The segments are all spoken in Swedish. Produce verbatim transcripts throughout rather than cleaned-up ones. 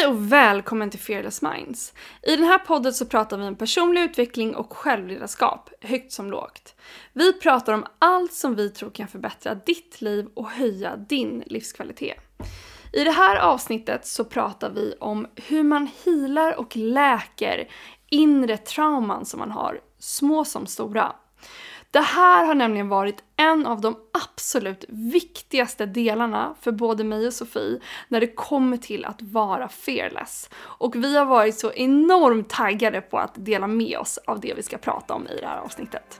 Hej och välkommen till Fearless Minds. I den här podden så pratar vi om personlig utveckling och självledarskap, högt som lågt. Vi pratar om allt som vi tror kan förbättra ditt liv och höja din livskvalitet. I det här avsnittet så pratar vi om hur man healar och läker inre trauman som man har, små som stora. Det här har nämligen varit en av de absolut viktigaste delarna för både mig och Sofie när det kommer till att vara fearless. Och vi har varit så enormt taggade på att dela med oss av det vi ska prata om i det här avsnittet.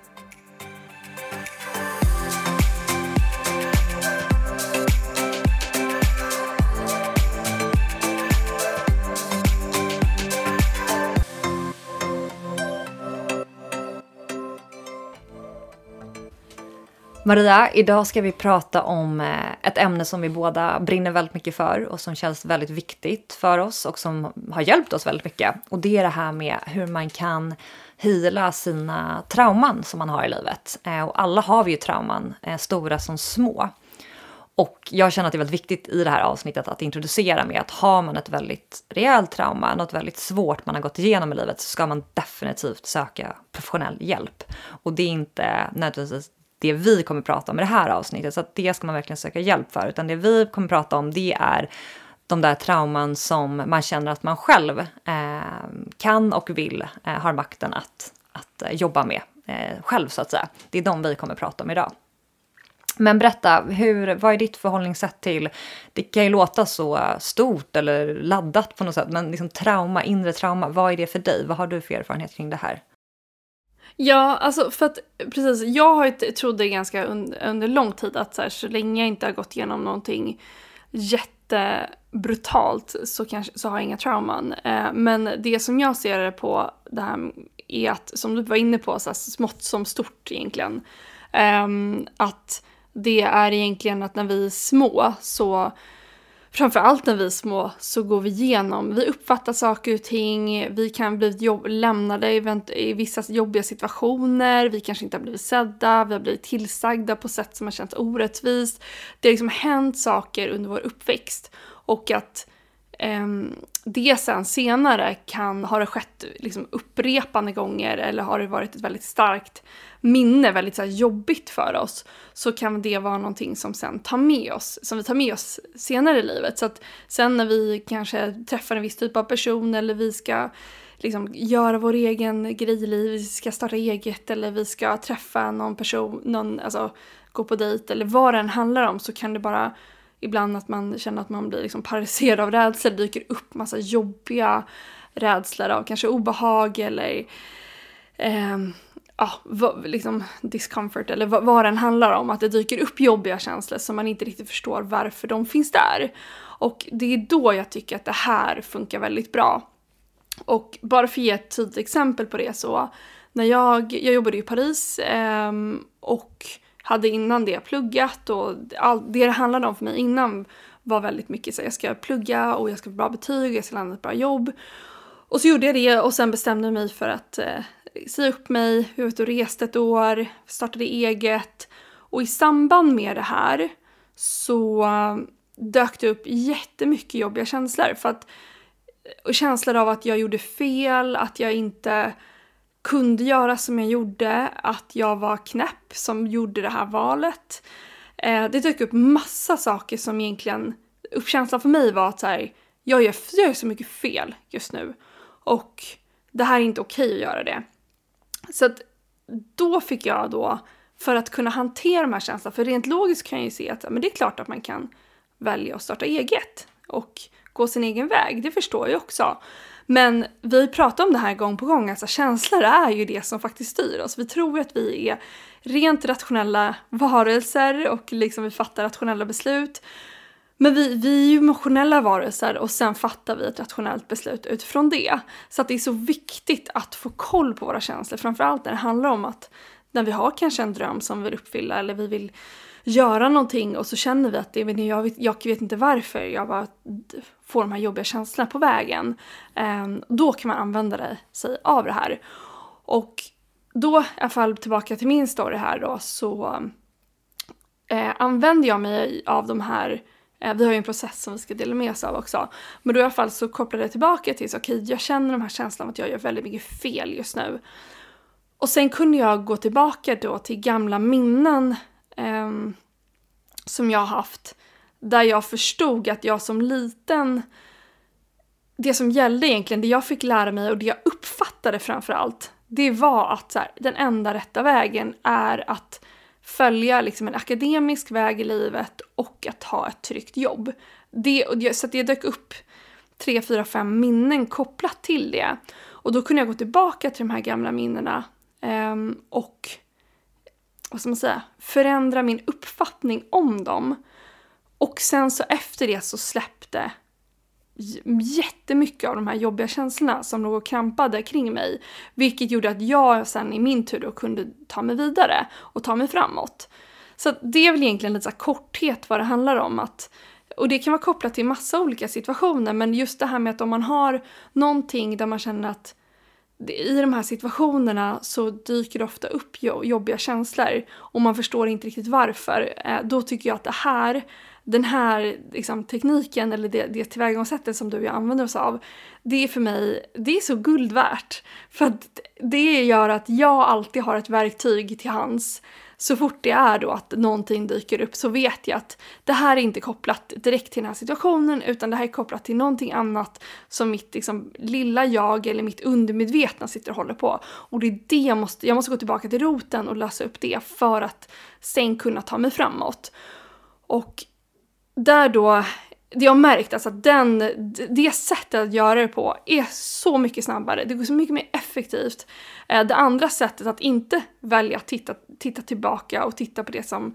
Maria, idag ska vi prata om ett ämne som vi båda brinner väldigt mycket för och som känns väldigt viktigt för oss och som har hjälpt oss väldigt mycket. Och det är det här med hur man kan heala sina trauman som man har i livet. Och alla har vi ju trauman, stora som små. Och jag känner att det är väldigt viktigt i det här avsnittet att introducera med att har man ett väldigt rejält trauma, något väldigt svårt man har gått igenom i livet, så ska man definitivt söka professionell hjälp. Och det är inte nödvändigtvis det vi kommer prata om i det här avsnittet, så att det ska man verkligen söka hjälp för. Utan det vi kommer prata om, det är de där trauman som man känner att man själv eh, kan och vill eh, har makten att, att eh, jobba med eh, själv så att säga. Det är de vi kommer prata om idag. Men berätta, hur, vad är ditt förhållningssätt till, det kan ju låta så stort eller laddat på något sätt, men liksom trauma, inre trauma, vad är det för dig? Vad har du för erfarenhet kring det här? Ja, alltså för att precis, jag har ju trodde ganska under, under lång tid att så, här, så länge jag inte har gått igenom någonting jättebrutalt så, kanske, så har jag inga trauman. Eh, men det som jag ser på det här är att, som du var inne på, så här, smått som stort egentligen. Eh, att det är egentligen att när vi är små så... Framförallt när vi är små så går vi igenom, vi uppfattar saker och ting, vi kan bli jobb, lämnade i, i vissa jobbiga situationer, vi kanske inte har blivit sedda, vi har blivit tillsagda på sätt som har känts orättvist. Det har liksom hänt saker under vår uppväxt och att eh, det sen senare kan, har det skett liksom upprepande gånger eller har det varit ett väldigt starkt minne, väldigt så här jobbigt för oss, så kan det vara någonting som sen tar med oss, som vi tar med oss senare i livet. Så att sen när vi kanske träffar en viss typ av person eller vi ska liksom göra vår egen grej i livet, vi ska starta eget eller vi ska träffa någon person, någon, alltså gå på dejt eller vad den handlar om, så kan det bara ibland att man känner att man blir liksom paralyserad av rädsla, det dyker upp massa jobbiga rädslor av kanske obehag eller eh, ja, vad, liksom discomfort eller vad, vad den handlar om, att det dyker upp jobbiga känslor som man inte riktigt förstår varför de finns där. Och det är då jag tycker att det här funkar väldigt bra. Och bara för att ge ett tydligt exempel på det, så när jag, jag jobbade i Paris eh, och hade innan det pluggat och all, det det handlade om för mig innan var väldigt mycket så jag ska plugga och jag ska få bra betyg, jag ska landa ett bra jobb. Och så gjorde jag det och sen bestämde jag mig för att eh, säga upp mig, jag var ute och reste ett år, startade eget. Och i samband med det här så uh, dök det upp jättemycket jobbiga känslor. För att, och känslor av att jag gjorde fel, att jag inte kunde göra som jag gjorde, att jag var knäpp som gjorde det här valet. Eh, det dök upp massa saker som egentligen, uppkänslan för mig var att så här, jag, gör, jag gör så mycket fel just nu. Och det här är inte okej att göra det. Så att då fick jag då, för att kunna hantera de här känslorna, för rent logiskt kan jag ju se att men det är klart att man kan välja att starta eget och gå sin egen väg, det förstår jag också. Men vi pratar om det här gång på gång, alltså känslor är ju det som faktiskt styr oss. Vi tror att vi är rent rationella varelser och liksom vi fattar rationella beslut. Men vi, vi är ju emotionella varelser och sen fattar vi ett rationellt beslut utifrån det. Så att det är så viktigt att få koll på våra känslor. Framförallt när det handlar om att när vi har kanske en dröm som vi vill uppfylla eller vi vill göra någonting och så känner vi att det, men jag, vet, jag vet inte varför jag bara får de här jobbiga känslorna på vägen. Um, då kan man använda det, sig av det här. Och då, i alla fall tillbaka till min story här då, så eh, använder jag mig av de här Eh, vi har ju en process som vi ska dela med oss av också. Men då i alla fall så kopplar det tillbaka till så okej, okay, jag känner de här känslorna att jag gör väldigt mycket fel just nu. Och sen kunde jag gå tillbaka då till gamla minnen eh, som jag har haft. Där jag förstod att jag som liten, det som gällde egentligen, det jag fick lära mig och det jag uppfattade framförallt, det var att så här, den enda rätta vägen är att följa liksom en akademisk väg i livet och att ha ett tryggt jobb. Det, så att det dök upp tre, fyra, fem minnen kopplat till det. Och då kunde jag gå tillbaka till de här gamla minnena um, och vad ska man säga, förändra min uppfattning om dem. Och sen så efter det så släppte jättemycket av de här jobbiga känslorna som låg och krampade kring mig. Vilket gjorde att jag sen i min tur då kunde ta mig vidare och ta mig framåt. Så det är väl egentligen lite så här korthet vad det handlar om. Att, och det kan vara kopplat till massa olika situationer. Men just det här med att om man har någonting där man känner att i de här situationerna så dyker det ofta upp jobbiga känslor. Och man förstår inte riktigt varför. Då tycker jag att det här... Den här liksom, tekniken eller det, det tillvägagångssättet som du och jag använder oss av, det är för mig, det är så guld värt. För att det gör att jag alltid har ett verktyg till hands. Så fort det är då att någonting dyker upp så vet jag att det här är inte kopplat direkt till den här situationen, utan det här är kopplat till någonting annat som mitt liksom, lilla jag eller mitt undermedvetna sitter och håller på. Och det är det jag måste, jag måste gå tillbaka till roten och lösa upp det för att sen kunna ta mig framåt. Och där då, det jag har märkt alltså att den, det sättet att göra det på är så mycket snabbare. Det går så mycket mer effektivt. Det andra sättet att inte välja att titta, titta tillbaka och titta på det som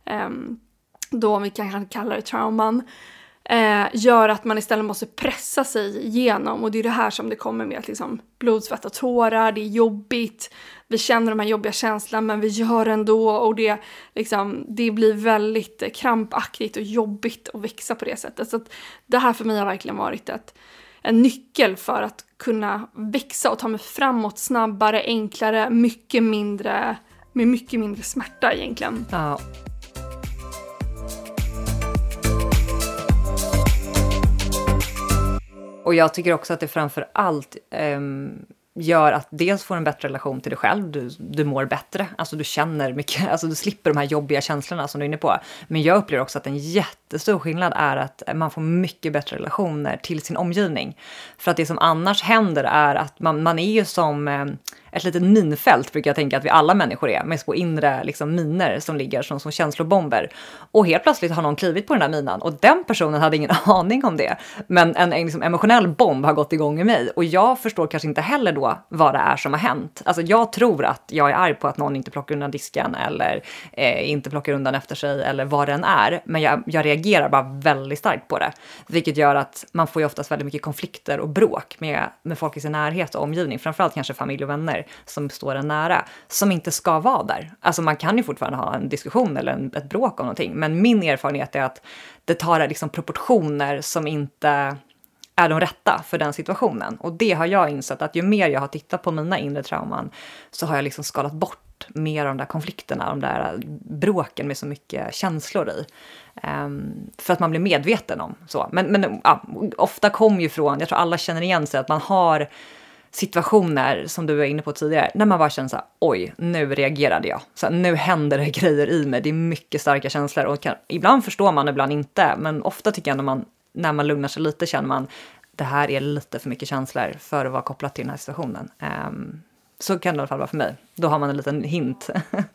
då vi kan kalla det trauman. Eh, gör att man istället måste pressa sig igenom. Och det är det här som det kommer med att liksom blod, svett och tårar. Det är jobbigt. Vi känner de här jobbiga känslorna men vi gör ändå. Och det, liksom, det blir väldigt krampaktigt och jobbigt att växa på det sättet. Så att det här för mig har verkligen varit ett, en nyckel för att kunna växa och ta mig framåt snabbare, enklare, mycket mindre, med mycket mindre smärta egentligen. Ja. Och jag tycker också att det framför allt um, gör att dels får en bättre relation till dig själv. Du, du mår bättre. Alltså du känner mycket. Alltså du slipper de här jobbiga känslorna som du är inne på. Men jag upplever också att en jättestor skillnad är att man får mycket bättre relationer till sin omgivning. För att det som annars händer är att man, man är ju som... Um, ett litet minfält brukar jag tänka att vi alla människor är. Med små inre liksom, miner som ligger som, som känslobomber. Och helt plötsligt har någon klivit på den här minan. Och den personen hade ingen aning om det. Men en, en liksom, emotionell bomb har gått igång i mig. Och jag förstår kanske inte heller då vad det är som har hänt. Alltså jag tror att jag är arg på att någon inte plockar undan disken. Eller eh, inte plockar undan efter sig. Eller vad den är. Men jag, jag reagerar bara väldigt starkt på det. Vilket gör att man får ju oftast väldigt mycket konflikter och bråk med, med folk i sin närhet och omgivning. Framförallt kanske familj och vänner som står en nära, som inte ska vara där. Alltså man kan ju fortfarande ha en diskussion eller en, ett bråk om någonting, men min erfarenhet är att det tar liksom proportioner som inte är de rätta för den situationen. Och det har jag insett att ju mer jag har tittat på mina inre trauman så har jag liksom skalat bort mer av de där konflikterna, de där bråken med så mycket känslor i. Um, för att man blir medveten om så. Men, men ja, ofta kommer ju från, jag tror alla känner igen sig, att man har situationer som du var inne på tidigare, när man bara känner så här, oj, nu reagerade jag. Så här, nu händer det grejer i mig. Det är mycket starka känslor. Och kan, ibland förstår man, ibland inte. Men ofta tycker jag när man, när man lugnar sig lite känner man, det här är lite för mycket känslor för att vara kopplat till den här situationen. Um, så kan det i alla fall vara för mig. Då har man en liten hint.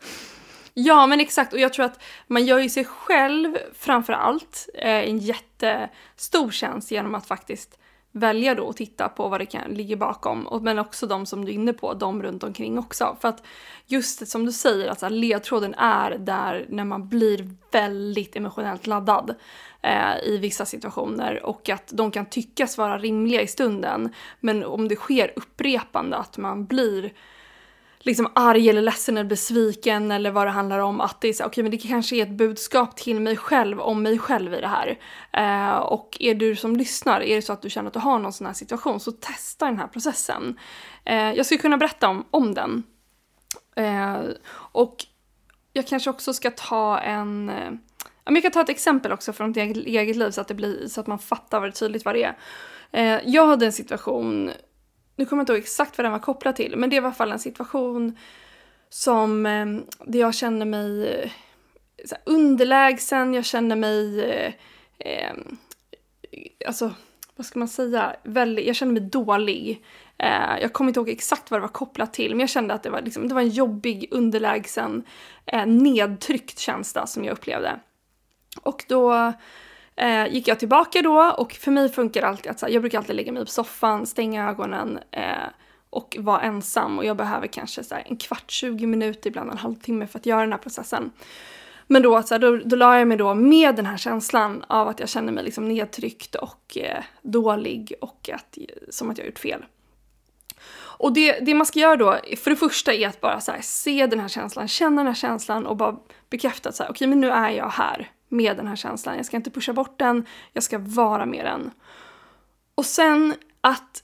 Ja, men exakt. Och jag tror att man gör ju sig själv framför allt eh, en jättestor tjänst genom att faktiskt välja då att titta på vad det kan ligga bakom. Och, men också de som du är inne på, de runt omkring också. För att just som du säger, alltså ledtråden är där när man blir väldigt emotionellt laddad eh, i vissa situationer. Och att de kan tyckas vara rimliga i stunden. Men om det sker upprepande, att man blir liksom arg eller ledsen eller besviken eller vad det handlar om, att det är så, okej, men det kanske är ett budskap till mig själv om mig själv i det här. Eh, och är du som lyssnar, är det så att du känner att du har någon sån här situation, så testa den här processen. Eh, jag skulle kunna berätta om, om den. Eh, och jag kanske också ska ta en, jag kan ta ett exempel också från mitt eget liv så att, det blir, så att man fattar vad det tydligt vad det är. Eh, jag hade en situation, nu kommer jag inte ihåg exakt vad den var kopplad till, men det var i alla fall en situation som eh, där jag kände mig eh, så här, underlägsen, jag kände mig eh, eh, alltså vad ska man säga, väldigt, jag kände mig dålig. Eh, jag kommer inte ihåg exakt vad det var kopplat till, men jag kände att det var, liksom, det var en jobbig, underlägsen, eh, nedtryckt känsla som jag upplevde. Och då eh, gick jag tillbaka då, och för mig funkar det alltid att så här, jag brukar alltid lägga mig på soffan, stänga ögonen eh, och vara ensam. Och jag behöver kanske så här, en kvart, tjugo minuter, ibland en halvtimme för att göra den här processen. Men då, så här, då, då la jag mig då med den här känslan av att jag känner mig liksom nedtryckt och eh, dålig och att, som att jag har gjort fel. Och det, det man ska göra då, för det första är att bara så här, se den här känslan, känna den här känslan och bara bekräfta att så här, okej, men nu är jag här med den här känslan. Jag ska inte pusha bort den, jag ska vara med den. Och sen att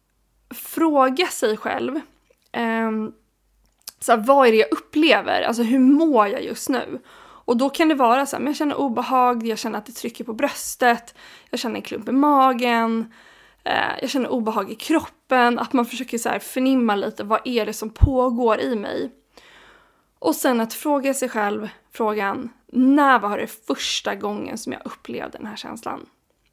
fråga sig själv, eh, så här, vad är det jag upplever? Alltså hur mår jag just nu? Och då kan det vara så här, men jag känner obehag, jag känner att det trycker på bröstet, jag känner en klump i magen, eh, jag känner obehag i kroppen. Att man försöker så här förnimma lite, vad är det som pågår i mig? Och sen att fråga sig själv frågan, när var det första gången som jag upplevde den här känslan?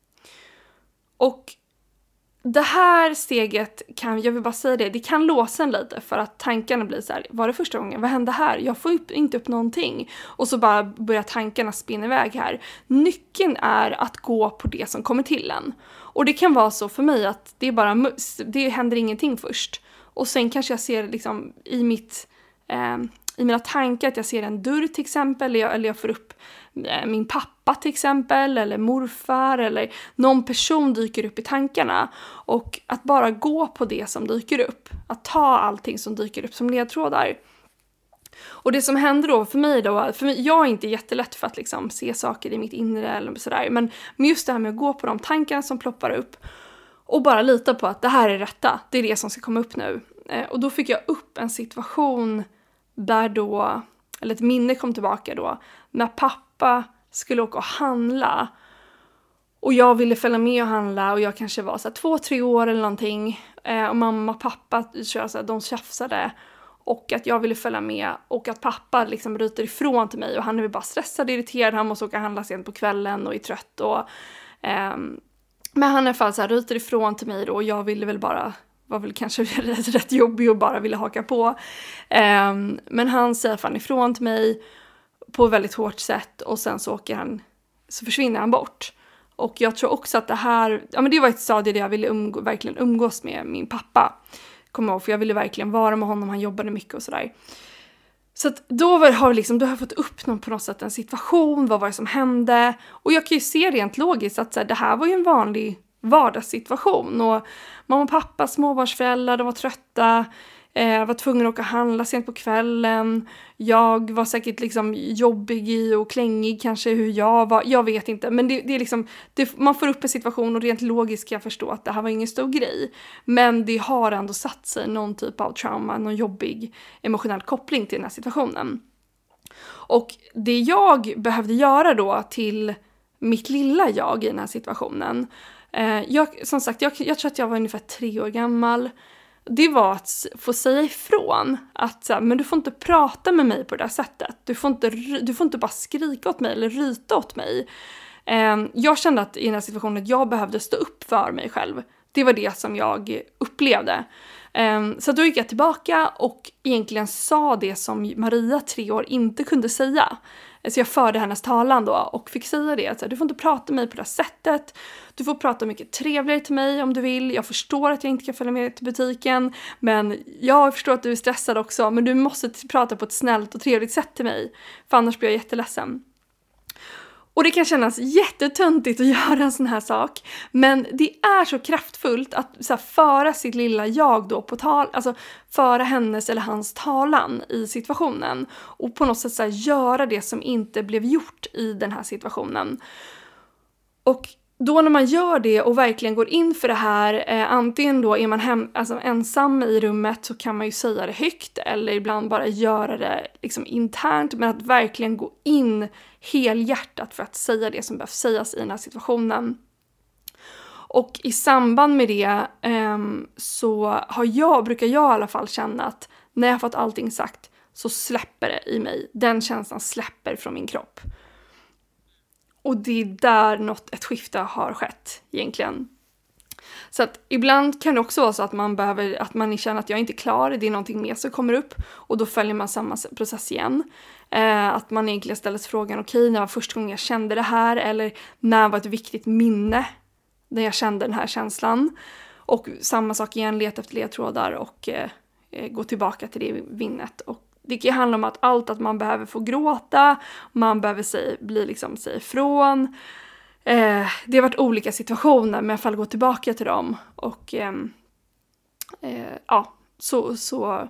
Och det här steget kan, jag vill bara säga det, det kan låsa en lite för att tankarna blir så här, var det första gången? Vad hände här? Jag får upp, inte upp någonting. Och så bara börjar tankarna spinna iväg här. Nyckeln är att gå på det som kommer till en. Och det kan vara så för mig att det är bara, det händer ingenting först. Och sen kanske jag ser liksom i mitt, eh, i mina tankar att jag ser en dörr till exempel, eller jag, eller jag får upp min pappa till exempel, eller morfar, eller någon person dyker upp i tankarna. Och att bara gå på det som dyker upp, att ta allting som dyker upp som ledtrådar. Och det som händer då för mig då, för mig, jag är inte jättelätt för att liksom se saker i mitt inre eller sådär, men just det här med att gå på de tankarna som ploppar upp och bara lita på att det här är rätta, det är det som ska komma upp nu. Och då fick jag upp en situation där då, eller ett minne kom tillbaka då, när pappa skulle åka och handla. Och jag ville följa med och handla, och jag kanske var så här två, tre år eller någonting. Eh, och mamma och pappa, så här, de tjafsade. Och att jag ville följa med, och att pappa liksom ryter ifrån till mig. Och han är väl bara stressad, irriterad, han måste åka och handla sent på kvällen och är trött. Och, eh, men han i alla fall så här ryter ifrån till mig då, och jag ville väl bara, var väl kanske rätt, rätt jobbig och bara ville haka på. Eh, men han säger fan ifrån till mig på ett väldigt hårt sätt, och sen så åker han, så försvinner han bort. Och jag tror också att det här, ja men det var ett stadie där jag ville umgå, verkligen umgås med min pappa. Kommer ihåg, för jag ville verkligen vara med honom, han jobbade mycket och sådär. Så att då har liksom, då har jag fått upp någon på något sätt en situation, vad var det som hände? Och jag kan ju se rent logiskt att så här, det här var ju en vanlig vardagssituation. Och mamma och pappa, småbarnsföräldrar, de var trötta. Jag var tvungen att åka och handla sent på kvällen. Jag var säkert liksom jobbig och klängig kanske hur jag var. Jag vet inte. Men det, det är liksom, det, man får upp en situation, och rent logiskt kan jag förstå att det här var ingen stor grej. Men det har ändå satt sig någon typ av trauma, någon jobbig emotionell koppling till den här situationen. Och det jag behövde göra då till mitt lilla jag i den här situationen. Eh, jag, som sagt, jag, jag tror att jag var ungefär tre år gammal. Det var att få säga ifrån att så här, men du får inte prata med mig på det här sättet. Du får inte, du får inte bara skrika åt mig eller ryta åt mig. Eh, jag kände att i den här situationen att jag behövde stå upp för mig själv. Det var det som jag upplevde. Eh, så då gick jag tillbaka och egentligen sa det som Maria, tre år, inte kunde säga. Så jag förde hennes talan då och fick säga det. Att, så här, du får inte prata med mig på det här sättet. Du får prata mycket trevligare till mig om du vill. Jag förstår att jag inte kan följa med till butiken. Men jag förstår att du är stressad också. Men du måste prata på ett snällt och trevligt sätt till mig. För annars blir jag jätteledsen. Och det kan kännas jättetöntigt att göra en sån här sak. Men det är så kraftfullt att så här, föra sitt lilla jag då på tal. Alltså föra hennes eller hans talan i situationen. Och på något sätt så här, göra det som inte blev gjort i den här situationen. Och då när man gör det och verkligen går in för det här, eh, antingen då är man hem, alltså ensam i rummet, så kan man ju säga det högt eller ibland bara göra det liksom internt, men att verkligen gå in helhjärtat för att säga det som behövs sägas i den här situationen. Och i samband med det eh, så har jag, brukar jag i alla fall känna att när jag har fått allting sagt så släpper det i mig. Den känslan släpper från min kropp. Och det är där något, ett skifte har skett egentligen. Så att ibland kan det också vara så att man behöver, att man känner att jag inte är klar, det är någonting mer som kommer upp och då följer man samma process igen. Eh, att man egentligen ställer sig frågan, okej, okay, när var första gången jag kände det här, eller när var ett viktigt minne när jag kände den här känslan. Och samma sak igen, leta efter ledtrådar och eh, gå tillbaka till det minnet. Och det kan handla om att allt att man behöver få gråta, man behöver säga, bli liksom säga ifrån. Eh, det har varit olika situationer, men i alla fall gå tillbaka till dem. Och eh, eh, ja, så, så,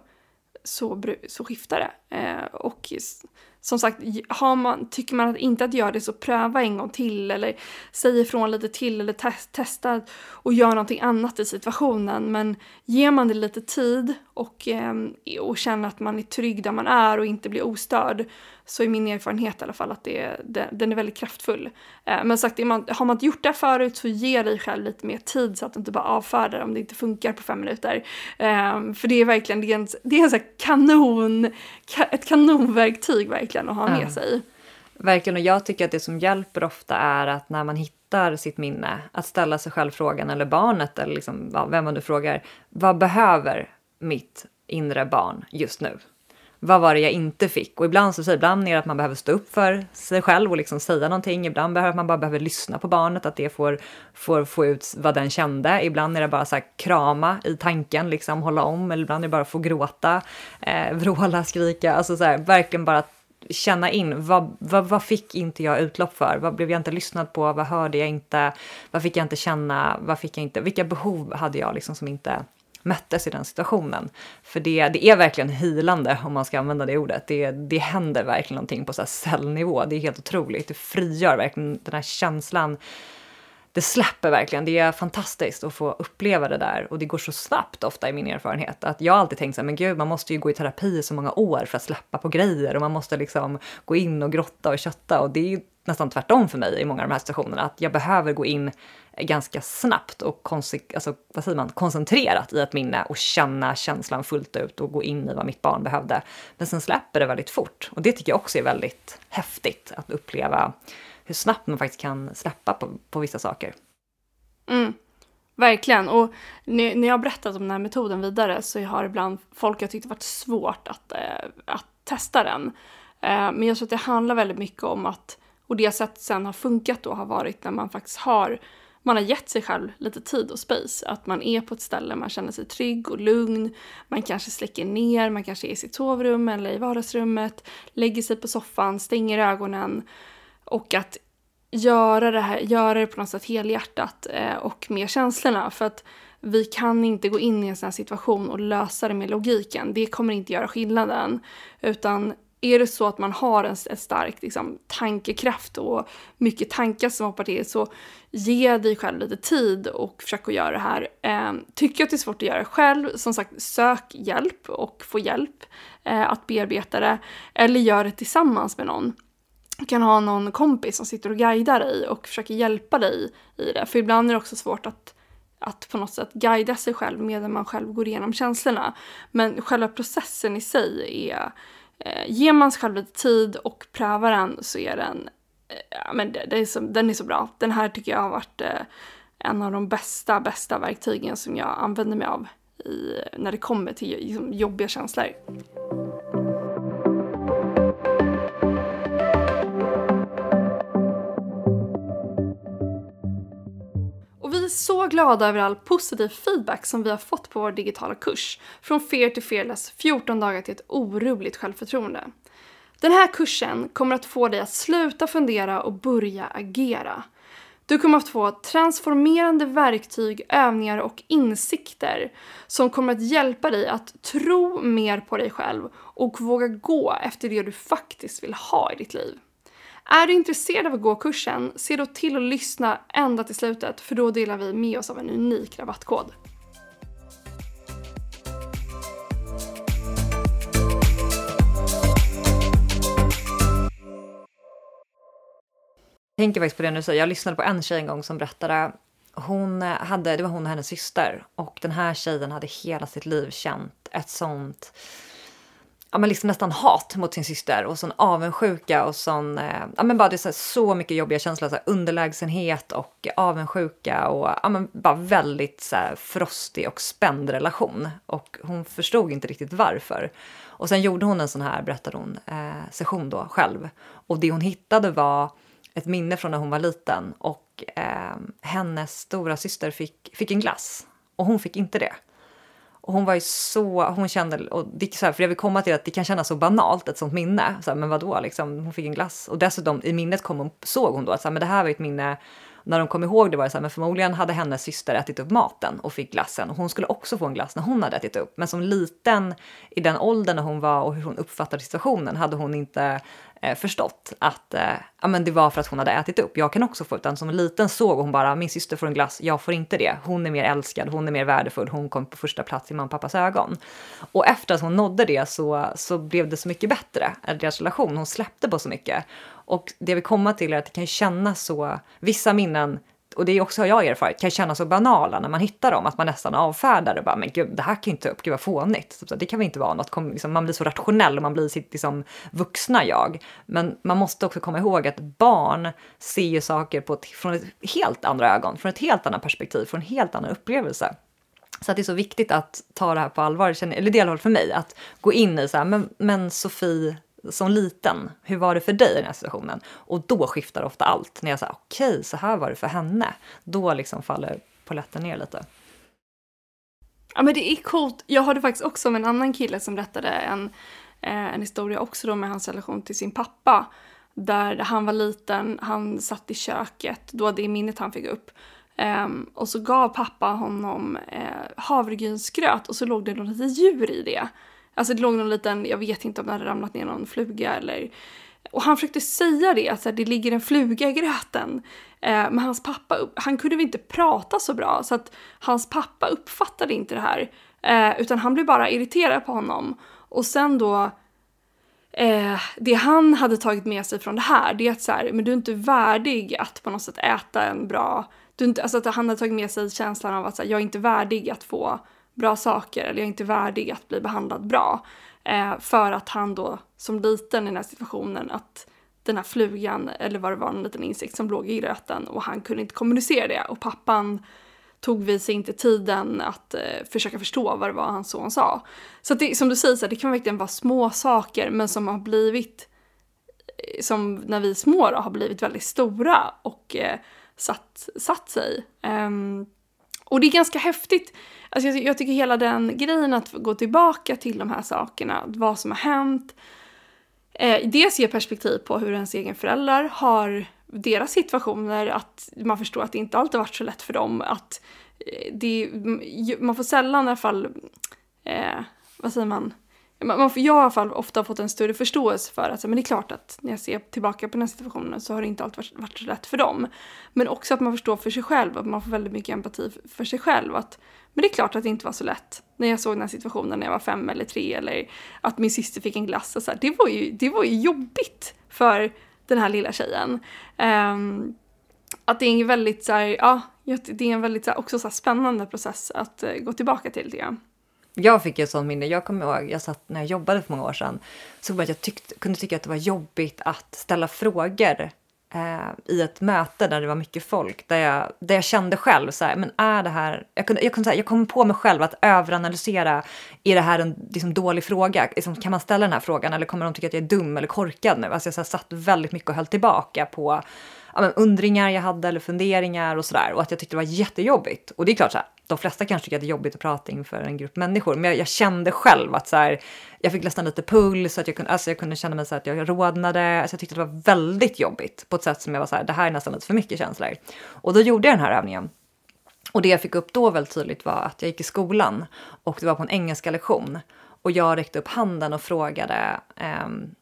så, så skiftar det. Eh, och som sagt, har man, tycker man att inte att göra det, så pröva en gång till eller säg ifrån lite till eller te- testa och gör någonting annat i situationen. Men ger man det lite tid och, eh, och känner att man är trygg där man är och inte blir ostörd, så är min erfarenhet i alla fall att det, det, den är väldigt kraftfull. Eh, men sagt, man, har man inte gjort det förut, så ge dig själv lite mer tid så att du inte bara avfärdar om det inte funkar på fem minuter. Eh, för det är verkligen det är en, det är en så här kanon, ka, ett kanonverktyg verkligen att ha med ja. sig. Verkligen, och jag tycker att det som hjälper ofta är att när man hittar sitt minne, att ställa sig själv frågan, eller barnet, eller liksom, ja, vem man du frågar, vad behöver mitt inre barn just nu? Vad var det jag inte fick? Och ibland så säger ibland är det att man behöver stå upp för sig själv och liksom säga någonting. Ibland behöver man bara behöver lyssna på barnet, att det får, får få ut vad den kände. Ibland är det bara så här krama i tanken, liksom hålla om. Eller ibland är det bara få gråta, eh, vråla, skrika. Alltså så här, verkligen bara känna in, vad, vad, vad fick inte jag utlopp för? Vad blev jag inte lyssnad på? Vad hörde jag inte? Vad fick jag inte känna? Vad fick jag inte? Vilka behov hade jag liksom som inte möttes i den situationen? För det, det är verkligen healande, om man ska använda det ordet. Det, det händer verkligen någonting på så här cellnivå. Det är helt otroligt. Det frigör verkligen den här känslan. Det släpper verkligen. Det är fantastiskt att få uppleva det där. Och det går så snabbt ofta i min erfarenhet. Att jag alltid tänkt så här, men gud, man måste ju gå i terapi i så många år för att släppa på grejer. Och man måste liksom gå in och grotta och kötta. Och det är ju nästan tvärtom för mig i många av de här situationerna. Att jag behöver gå in ganska snabbt och konse- alltså, vad säger man, koncentrerat i ett minne. Och känna känslan fullt ut och gå in i vad mitt barn behövde. Men sen släpper det väldigt fort. Och det tycker jag också är väldigt häftigt att uppleva. Hur snabbt man faktiskt kan släppa på, på vissa saker. Mm, verkligen. Och när, när jag har berättat om den här metoden vidare, så har ibland folk jag tyckt det varit svårt att, eh, att testa den. Eh, men jag tror att det handlar väldigt mycket om att, och det sätt sen har funkat då har varit när man faktiskt har, man har gett sig själv lite tid och space. Att man är på ett ställe, man känner sig trygg och lugn. Man kanske släcker ner, man kanske är i sitt sovrum eller i vardagsrummet. Lägger sig på soffan, stänger ögonen. Och att göra det här, göra det på något sätt helhjärtat eh, och med känslorna. För att vi kan inte gå in i en sån här situation och lösa det med logiken. Det kommer inte göra skillnaden. Utan är det så att man har en, en stark liksom, tankekraft och mycket tankar som hoppar till, så ge dig själv lite tid och försök att göra det här. Eh, tycker att det är svårt att göra det själv, som sagt, sök hjälp och få hjälp eh, att bearbeta det. Eller gör det tillsammans med någon. Du kan ha någon kompis som sitter och guidar dig och försöker hjälpa dig i det. För ibland är det också svårt att, att på något sätt guida sig själv medan man själv går igenom känslorna. Men själva processen i sig är, eh, ger man sig själv lite tid och prövar den, så är den, eh, men det, det är så, den är så bra. Den här tycker jag har varit eh, en av de bästa, bästa verktygen som jag använder mig av i, när det kommer till liksom, jobbiga känslor. Vi är så glada över all positiv feedback som vi har fått på vår digitala kurs Från Fear to Fearless, fjorton dagar till ett orubbligt självförtroende. Den här kursen kommer att få dig att sluta fundera och börja agera. Du kommer att få transformerande verktyg, övningar och insikter som kommer att hjälpa dig att tro mer på dig själv och våga gå efter det du faktiskt vill ha i ditt liv. Är du intresserad av att gå kursen, se då till att lyssna ända till slutet, för då delar vi med oss av en unik rabattkod. Jag tänker faktiskt på det nu, så jag lyssnade på en tjej en gång som berättade, hon hade, det var hon och hennes syster, och den här tjejen hade hela sitt liv känt ett sånt, ja men liksom nästan hat mot sin syster, och sån avundsjuka och sån, eh, ja men bara det är så, så mycket jobbiga känslor, så här, underlägsenhet och avundsjuka och ja men bara väldigt så här, frostig och spänd relation, och hon förstod inte riktigt varför. Och sen gjorde hon en sån här, berättade hon, eh, session då själv, och det hon hittade var ett minne från när hon var liten, och eh, hennes stora syster fick, fick en glass och hon fick inte det. Och hon var ju så, hon kände, och det, så här, för jag vill komma till att det kan kännas så banalt, ett sånt minne. Så här, men vadå, liksom, hon fick en glass. Och dessutom i minnet kom hon, såg hon då att så här, men det här var ett minne, när de kom ihåg det var det så här, men förmodligen hade hennes syster ätit upp maten och fick glassen. Och hon skulle också få en glass när hon hade ätit upp. Men som liten, i den åldern när hon var och hur hon uppfattade situationen, hade hon inte eh, förstått att eh, ja, men det var för att hon hade ätit upp. Jag kan också få, utan som liten såg hon bara, min syster får en glass, jag får inte det. Hon är mer älskad, hon är mer värdefull, hon kom på första plats i mamma och pappas ögon. Och efter att hon nådde det så, så blev det så mycket bättre, deras relation. Hon släppte på så mycket. Och det vi kommer till är att det kan kännas så, vissa minnen, och det är också jag erfarit, kan kännas så banala när man hittar dem, att man nästan avfärdar det. Bara, men gud, det här kan ju inte upp, gud vad fånigt. Så det kan väl inte vara något, liksom, man blir så rationell och man blir sitt liksom, vuxna jag. Men man måste också komma ihåg att barn ser ju saker på ett, från ett helt andra ögon, från ett helt annat perspektiv, från en helt annan upplevelse. Så att det är så viktigt att ta det här på allvar, eller det är för mig, att gå in i så här, men, men Sofie, som liten, hur var det för dig i den här situationen? Och då skiftar ofta allt. När jag säger, okej, okay, så här var det för henne. Då liksom faller polletten ner lite. Ja, men det är coolt. Jag hörde faktiskt också om en annan kille som berättade en, eh, en historia också då med hans relation till sin pappa. Där han var liten, han satt i köket, då det minnet han fick upp. Um, och så gav pappa honom eh, havregrynsgröt, och så låg det något litet djur i det. Alltså det låg någon liten, jag vet inte om det hade ramlat ner någon fluga eller... Och han försökte säga det, att det ligger en fluga i gröten. Eh, men hans pappa, han kunde väl inte prata så bra, så att hans pappa uppfattade inte det här. Eh, utan han blev bara irriterad på honom. Och sen då, eh, det han hade tagit med sig från det här, det är att så här, men du är inte värdig att på något sätt äta en bra... Du är inte, alltså att han hade tagit med sig känslan av att så här, jag är inte värdig att få bra saker, eller jag är inte värdig att bli behandlad bra. Eh, för att han då, som liten i den här situationen, att den här flugan, eller vad det var, en liten insekt som låg i gröten, och han kunde inte kommunicera det. Och pappan tog vid sig inte tiden att eh, försöka förstå vad det var hans son sa. Så att det, som du säger, så här, det kan verkligen vara små saker, men som har blivit, som när vi är små då, har blivit väldigt stora och eh, satt, satt sig. Um, och det är ganska häftigt. Alltså jag, jag tycker hela den grejen att gå tillbaka till de här sakerna, vad som har hänt. Eh, dels ger perspektiv på hur ens egen föräldrar har deras situationer, att man förstår att det inte alltid varit så lätt för dem. Att eh, det, man får sällan i alla fall, eh, vad säger man? Man får, jag har i alla fall ofta fått en större förståelse för att men det är klart att när jag ser tillbaka på den här situationen så har det inte alltid varit, varit så lätt för dem. Men också att man förstår för sig själv, att man får väldigt mycket empati för sig själv. Att, men det är klart att det inte var så lätt när jag såg den här situationen när jag var fem eller tre, eller att min syster fick en glass. Och så här. Det, var ju, det var ju jobbigt för den här lilla tjejen. Um, att det är en väldigt, så här, ja, det är en väldigt så här, också så här, spännande process att uh, gå tillbaka till det. Jag fick ett sånt minne. Jag kommer ihåg, jag satt när jag jobbade för många år sedan, så att jag tyckte, kunde tycka att det var jobbigt att ställa frågor eh, i ett möte där det var mycket folk. Där jag, där jag kände själv så här, men är det här... Jag, kunde, jag, kunde, så här, jag kom på mig själv att överanalysera, är det här en liksom, dålig fråga? Liksom, kan man ställa den här frågan? Eller kommer de tycka att jag är dum eller korkad nu? Alltså jag så här, satt väldigt mycket och höll tillbaka på ja, men, undringar jag hade eller funderingar och sådär. Och att jag tyckte det var jättejobbigt. Och det är klart så här, de flesta kanske tycker att det är jobbigt att prata inför en grupp människor. Men jag, jag kände själv att så här, jag fick nästan lite puls. Så att jag, kunde, alltså jag kunde känna mig så att jag rodnade. Alltså jag tyckte det var väldigt jobbigt. På ett sätt som jag var så här, det här är nästan lite för mycket känslor. Och då gjorde jag den här övningen. Och det jag fick upp då väldigt tydligt var att jag gick i skolan. Och det var på en engelska lektion. Och jag räckte upp handen och frågade, eh,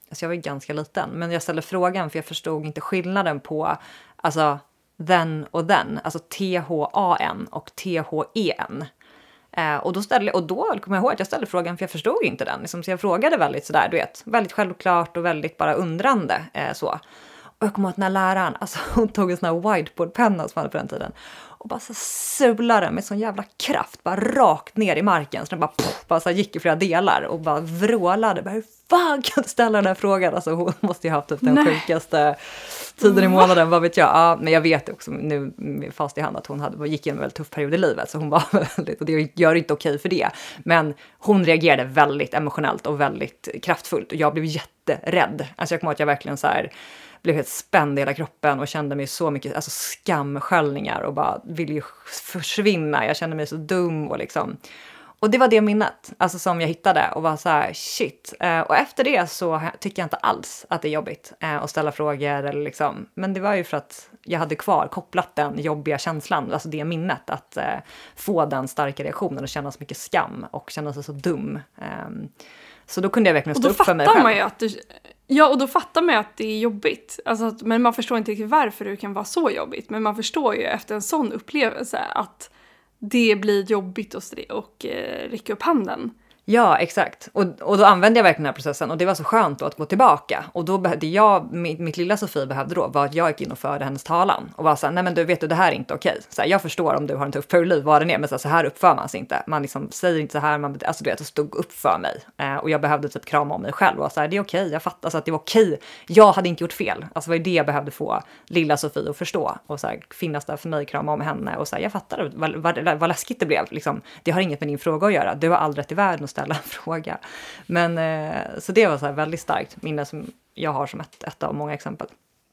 alltså jag var ju ganska liten, men jag ställde frågan för jag förstod inte skillnaden på alltså den och den, alltså T H A N och T H E N. Eh, och då ställde och då kom jag ihåg att jag ställde frågan för jag förstod inte den. Liksom, så jag frågade väldigt sådär, du vet, väldigt självklart och väldigt bara undrande eh, så. Och jag kommer ihåg att den här läraren, alltså hon tog en sån här whiteboardpenna som hade på den tiden och bara så sulade den med sån jävla kraft, bara rakt ner i marken. Så den bara, pff, bara så gick i flera delar och bara vrålade. Bara, hur fan kan du ställa den här frågan? Alltså hon måste ju ha haft typ den Nej. sjukaste tiden i månaden, vad vet jag. Ja, men jag vet också nu fast i hand att hon hade, gick igenom en väldigt tuff period i livet. Så hon var väldigt, och det gör inte okej för det. Men hon reagerade väldigt emotionellt och väldigt kraftfullt. Och jag blev jätterädd. Alltså jag kommer ihåg att jag verkligen så här blev helt spänd i hela kroppen och kände mig så mycket alltså skamsköljningar och bara ville ju försvinna. Jag kände mig så dum och liksom. Och det var det minnet alltså som jag hittade och var så här shit. Eh, och efter det så tycker jag inte alls att det är jobbigt eh, att ställa frågor eller liksom. Men det var ju för att jag hade kvar kopplat den jobbiga känslan, alltså det minnet att eh, få den starka reaktionen och känna så mycket skam och känna sig så dum. Eh, så då kunde jag verkligen stå upp för mig själv. Man ju att du, ja, och då fattar man ju att det är jobbigt. Alltså att, men man förstår inte riktigt varför det kan vara så jobbigt. Men man förstår ju efter en sån upplevelse att det blir jobbigt och, och eh, räcka upp handen. Ja, exakt. Och, och då använde jag verkligen den här processen. Och det var så skönt då att gå tillbaka. Och då behövde jag, mitt, mitt lilla Sofie behövde då, var att jag gick in och förde hennes talan. Och var så här, nej men du vet du, det här är inte okej. Så här, jag förstår om du har en tuff period, vad den är. Men så här, så här uppför man sig inte. Man liksom säger inte så här, man, alltså du vet, och stod upp för mig. Eh, och jag behövde typ krama om mig själv. Och så här, det är okej, jag fattar så att det var okej. Jag hade inte gjort fel. Alltså det var det jag behövde få lilla Sofie att förstå. Och så här, finnas där för mig, krama om henne. Och så här, jag fattar vad, vad, vad läskigt det blev. Liksom, det har inget med din fråga att göra. Du har all rätt i världen att ställa fråga. Men eh, så det var så här väldigt starkt minne som jag har som ett, ett av många exempel.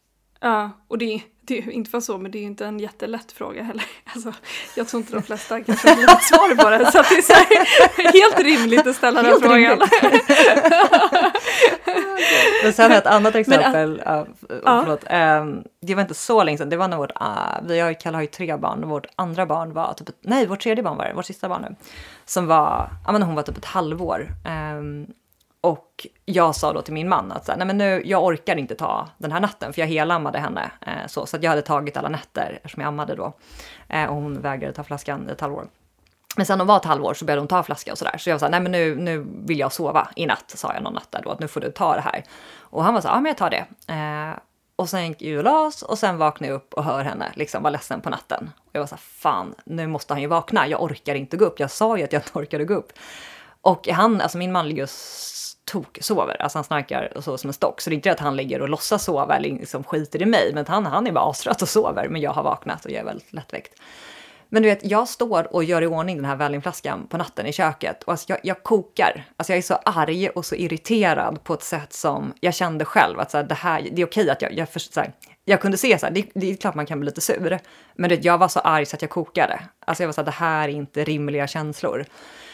Ja, och det, det är inte för så, men det är inte en jättelätt fråga heller. Alltså, jag tror inte de flesta kanske har ett svar på det, så att det är så här, helt rimligt att ställa den frågan. Men sen ett annat exempel, men, uh, ja. förlåt, um, det var inte så länge sedan, det var när vårt, uh, vi har, Kalle har ju tre barn och vårt andra barn var typ, ett, nej vårt tredje barn var det, vårt sista barn nu, som var, ja men hon var typ ett halvår. Um, Och jag sa då till min man att så här, nej men nu, jag orkar inte ta den här natten. För jag helammade henne. Eh, så, så att jag hade tagit alla nätter eftersom jag ammade då. Eh, och hon vägrade ta flaskan i ett halvår. Men sen hon var ett halvår så började hon ta flaska och sådär. Så jag sa, nej men nu, nu vill jag sova i natt, sa jag någon natt där då. Att nu får du ta det här. Och han var så ja men jag tar det. Eh, och sen gick jag och las och sen vaknade jag upp och hör henne liksom vara ledsen på natten. Och jag var så här, fan, nu måste han ju vakna. Jag orkar inte gå upp. Jag sa ju att jag inte orkade gå upp. Och han, alltså min man ligger och tok sover, alltså han snarkar och så som en stock, så det är inte att han ligger och låtsas sova eller liksom skiter i mig, men han, han är bara astrött och sover, men jag har vaknat och jag är väldigt lättväckt. Men du vet, jag står och gör i ordning den här Valiumflaskan på natten i köket och alltså jag, jag kokar, alltså jag är så arg och så irriterad på ett sätt som jag kände själv att så här, det här, det är okej att jag, jag, först, så här, jag kunde se så här, det, det är klart man kan bli lite sur, men det, jag var så arg så att jag kokade, alltså jag var så här, det här är inte rimliga känslor.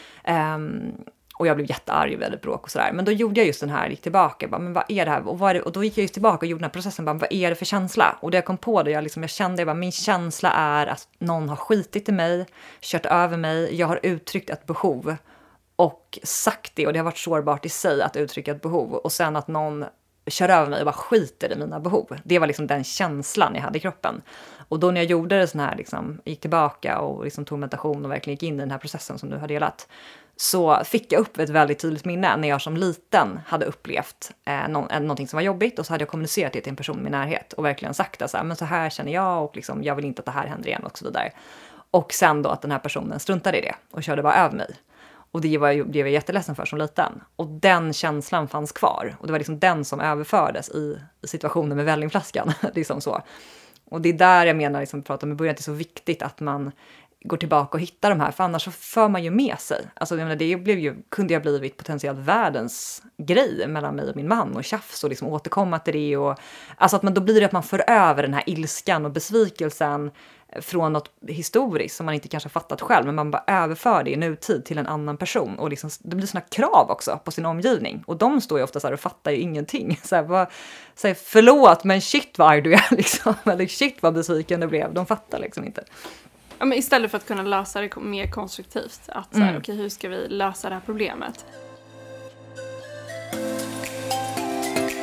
Um, Och jag blev jättearg och väldigt bråk och sådär. Men då gjorde jag just den här, gick tillbaka. Bara, men vad är det här? Och, vad är det? Och då gick jag just tillbaka och gjorde den här processen. Bara, vad är det för känsla? Och det jag kom på det, jag, liksom, jag kände att min känsla är att någon har skitit i mig, kört över mig. Jag har uttryckt ett behov och sagt det. Och det har varit sårbart i sig att uttrycka ett behov. Och sen att någon kör över mig och bara skiter i mina behov. Det var liksom den känslan jag hade i kroppen. Och då när jag gjorde det sån här, liksom, gick tillbaka och liksom tog meditation och verkligen gick in i den här processen som du har delat, så fick jag upp ett väldigt tydligt minne när jag som liten hade upplevt eh, nå- någonting som var jobbigt, och så hade jag kommunicerat det till en person i min närhet och verkligen sagt att så här, men så här känner jag och liksom, jag vill inte att det här händer igen och så vidare. Och sen då att den här personen struntade i det och körde bara över mig. Och det var jag, det var jag jätteledsen för som liten. Och den känslan fanns kvar. Och det var liksom den som överfördes i, i situationen med Valiumflaskan. liksom så. Och det är där jag menar, liksom, pratar med början, att det är så viktigt att man går tillbaka och hittar de här, för annars så för man ju med sig. Alltså jag menar, det blev ju, kunde jag blivit potentiellt världens grej mellan mig och min man och tjafs och liksom återkomma till det. Och, alltså att man, då blir det att man för över den här ilskan och besvikelsen från något historiskt som man inte kanske har fattat själv, men man bara överför det i nutid till en annan person. Och liksom, det blir såna krav också på sin omgivning. Och de står ju ofta så här och fattar ju ingenting. Så här, vad, så här, förlåt, men shit vad arg du är liksom. Eller shit vad besviken det blev. De fattar liksom inte. Ja, men istället för att kunna lösa det mer konstruktivt. Att så här, Mm. okej, hur ska vi lösa det här problemet?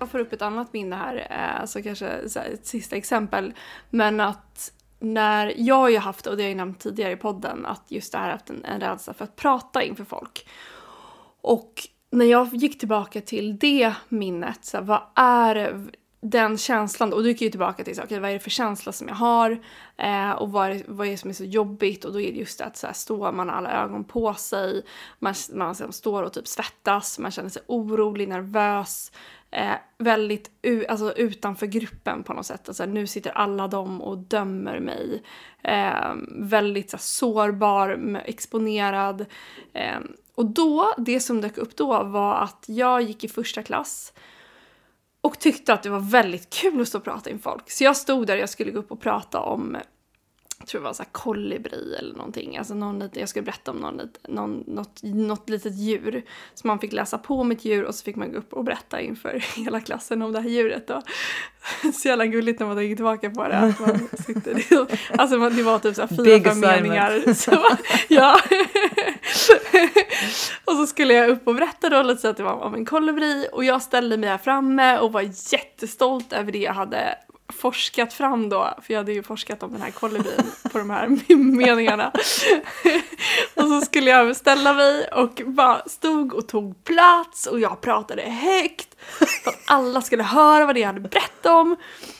jag får upp ett annat minne här, alltså kanske så här, ett sista exempel, men att när jag har ju haft, och det har jag nämnt tidigare i podden, att just det här haft en, en rädsla för att prata inför folk. Och när jag gick tillbaka till det minnet, så här, vad är den känslan, och du gick ju tillbaka till så, okay, vad är det för känsla som jag har, eh, och vad är, vad är det som är så jobbigt, och då är det just det att så här, står man alla ögon på sig, man, man så här, står och typ svettas, man känner sig orolig, nervös, eh, väldigt u- alltså, utanför gruppen på något sätt, alltså, nu sitter alla de och dömer mig, eh, väldigt så här, sårbar, exponerad, eh, och då, det som dök upp då var att jag gick i första klass och tyckte att det var väldigt kul att stå och prata inför folk. Så jag stod där och jag skulle gå upp och prata om, jag tror det var så här kolibri eller någonting. Alltså någon lite, jag skulle berätta om någon, någon, något, något litet djur. Så man fick läsa på om ett djur och så fick man gå upp och berätta inför hela klassen om det här djuret då. Så jävla gulligt när man tänker tillbaka på det. Att man sitter, alltså det var typ så här fyra, fem meningar. Så, ja. Och så skulle jag upp och berätta då lite så att det var om en kolibri. Och jag ställde mig här framme och var jättestolt över det jag hade forskat fram då. För jag hade ju forskat om den här kolibrin på de här meningarna. Och så skulle jag ställa mig och bara stod och tog plats. Och jag pratade högt. För att alla skulle höra vad det jag hade berättat om.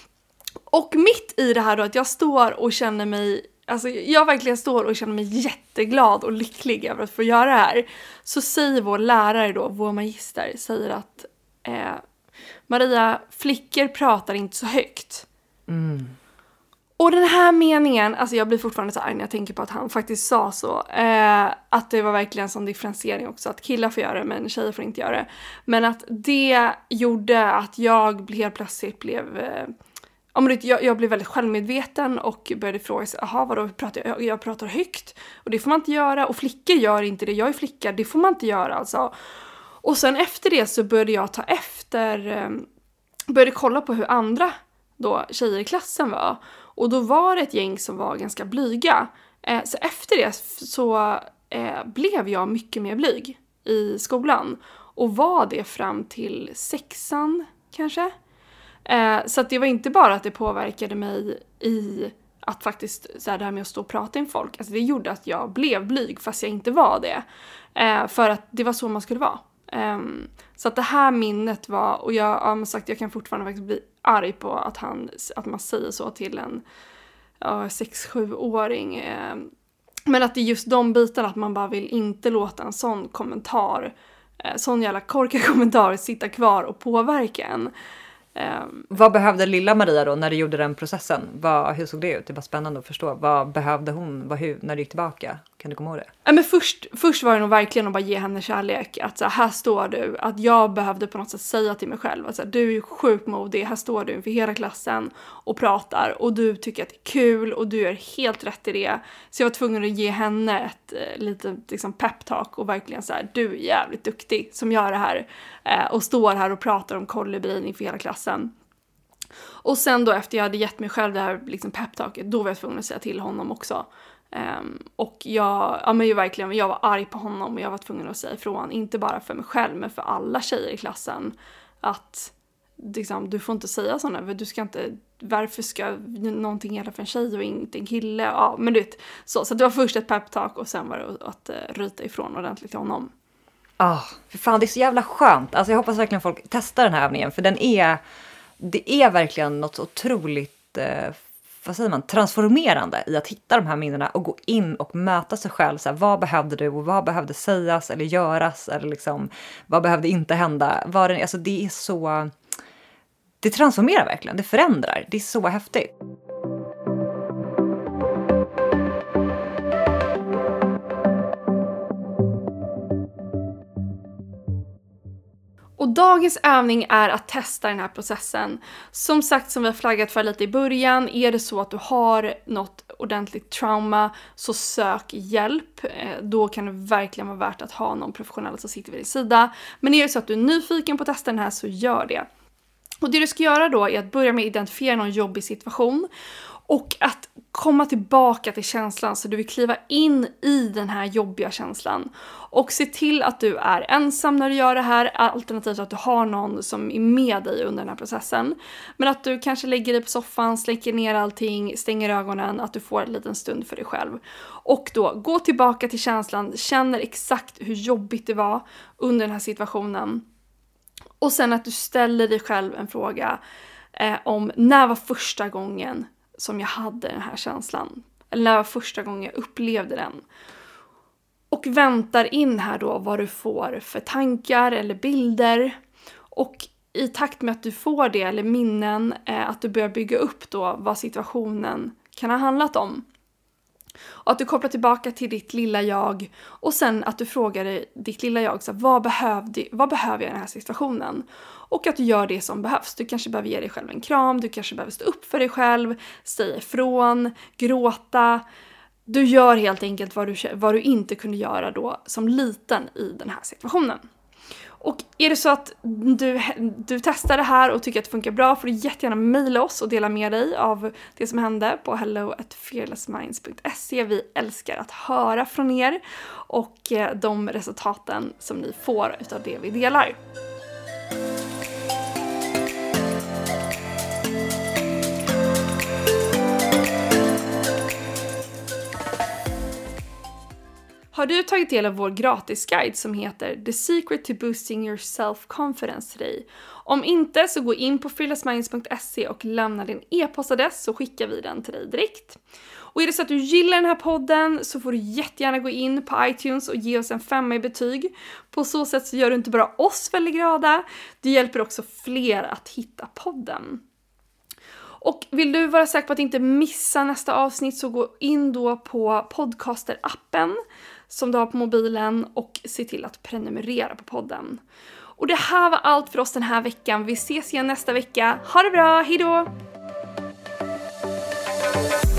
Och mitt i det här då att jag står och känner mig... Alltså jag verkligen står och känner mig jätteglad och lycklig över att få göra det här. Så säger vår lärare då, vår magister, säger att eh, Maria, flickor pratar inte så högt. Mm. Och den här meningen, alltså jag blir fortfarande så arg när jag tänker på att han faktiskt sa så. Eh, att det var verkligen en sån differentiering också, att killar får göra det men tjejer får inte göra det. Men att det gjorde att jag helt plötsligt blev... Eh, Jag, jag blev väldigt självmedveten och började fråga sig, jaha, vadå, pratar jag, jag pratar högt och det får man inte göra, och flickor gör inte det, jag är flicka, det får man inte göra alltså. Och sen efter det så började jag ta efter, började kolla på hur andra då tjejer i klassen var, och då var det ett gäng som var ganska blyga. Så efter det så blev jag mycket mer blyg i skolan, och var det fram till sexan kanske. Eh, så att det var inte bara att det påverkade mig i att faktiskt så här, det här med att stå och prata inför folk. Alltså det gjorde att jag blev blyg fast jag inte var det. Eh, för att det var så man skulle vara. Eh, så att det här minnet var, och jag har sagt jag kan fortfarande faktiskt bli arg på att, han, att man säger så till en ja, sex-sju-åring. Eh, men att det är just de bitarna att man bara vill inte låta en sån kommentar, eh, sån jävla korkad kommentar sitta kvar och påverka en. Um, vad behövde lilla Maria då när du gjorde den processen? Vad, hur såg det ut? Det var spännande att förstå. Vad behövde hon vad, hur, när du gick tillbaka? Kan du komma ihåg det? Ja, men först, först var det nog verkligen att bara ge henne kärlek. Att så här, här står du. Att jag behövde på något sätt säga till mig själv att så här, du är sjukt modig. Här står du inför hela klassen och pratar. Och du tycker att det är kul och du är helt rätt i det. Så jag var tvungen att ge henne ett eh, litet liksom, peptalk och verkligen så här, du är jävligt duktig som gör det här. Eh, och står här och pratar om kolibrin inför hela klassen. Och sen då efter jag hade gett mig själv det här liksom peptalket, då var jag tvungen att säga till honom också. Um, och jag, ja, men jag, verkligen, jag var arg på honom och jag var tvungen att säga ifrån, inte bara för mig själv men för alla tjejer i klassen, att liksom, du får inte säga sådana, du ska inte, varför ska någonting gälla för en tjej och inte en kille, ja men du vet, så, så det var först ett peptalk och sen var det att, att uh, ryta ifrån ordentligt till honom. Ja, oh, för fan det är så jävla skönt, alltså jag hoppas verkligen folk testar den här övningen, för den är, det är verkligen något otroligt eh, vad säger man, transformerande i att hitta de här minnena och gå in och möta sig själv. Så här, vad behövde du och vad behövde sägas eller göras? Eller liksom, vad behövde inte hända? Vad det, alltså det är så... Det transformerar verkligen, det förändrar. Det är så häftigt. Och dagens övning är att testa den här processen. Som sagt, som vi har flaggat för lite i början, är det så att du har något ordentligt trauma så sök hjälp. Då kan det verkligen vara värt att ha någon professionell som sitter vid din sida. Men är det så att du är nyfiken på att testa den här så gör det. Och det du ska göra då är att börja med att identifiera någon jobbig situation. Och att komma tillbaka till känslan, så du vill kliva in i den här jobbiga känslan. Och se till att du är ensam när du gör det här, alternativt att du har någon som är med dig under den här processen. Men att du kanske lägger dig på soffan, släcker ner allting, stänger ögonen, att du får en liten stund för dig själv. Och då gå tillbaka till känslan, känner exakt hur jobbigt det var under den här situationen. Och sen att du ställer dig själv en fråga eh, om när var första gången som jag hade den här känslan. Eller när var första gången jag upplevde den. Och väntar in här då vad du får för tankar eller bilder. Och i takt med att du får det, eller minnen, eh, att du börjar bygga upp då vad situationen kan ha handlat om. Och att du kopplar tillbaka till ditt lilla jag. Och sen att du frågar dig, ditt lilla jag, så här, vad, behövde, vad behöver jag i den här situationen? Och att du gör det som behövs. Du kanske behöver ge dig själv en kram. Du kanske behöver stå upp för dig själv. Säga ifrån. Gråta. Du gör helt enkelt vad du, vad du inte kunde göra då som liten i den här situationen. Och är det så att du, du testar det här och tycker att det funkar bra, får du jättegärna mejla oss och dela med dig av det som hände på hello at fearlessminds dot se. Vi älskar att höra från er och de resultaten som ni får utav det vi delar. Har du tagit del av vår gratisguide som heter The Secret to Boosting Your Self-Confidence till dig? Om inte, så gå in på fearlessminds dot se och lämna din e-postadress, så skickar vi den till dig direkt. Och är det så att du gillar den här podden, så får du jättegärna gå in på iTunes och ge oss en femma i betyg. På så sätt så gör du inte bara oss väldigt glada, du hjälper också fler att hitta podden. Och vill du vara säker på att inte missa nästa avsnitt, så gå in då på podcaster-appen som du har på mobilen och se till att prenumerera på podden. Och det här var allt för oss den här veckan. Vi ses igen nästa vecka. Ha det bra, hejdå!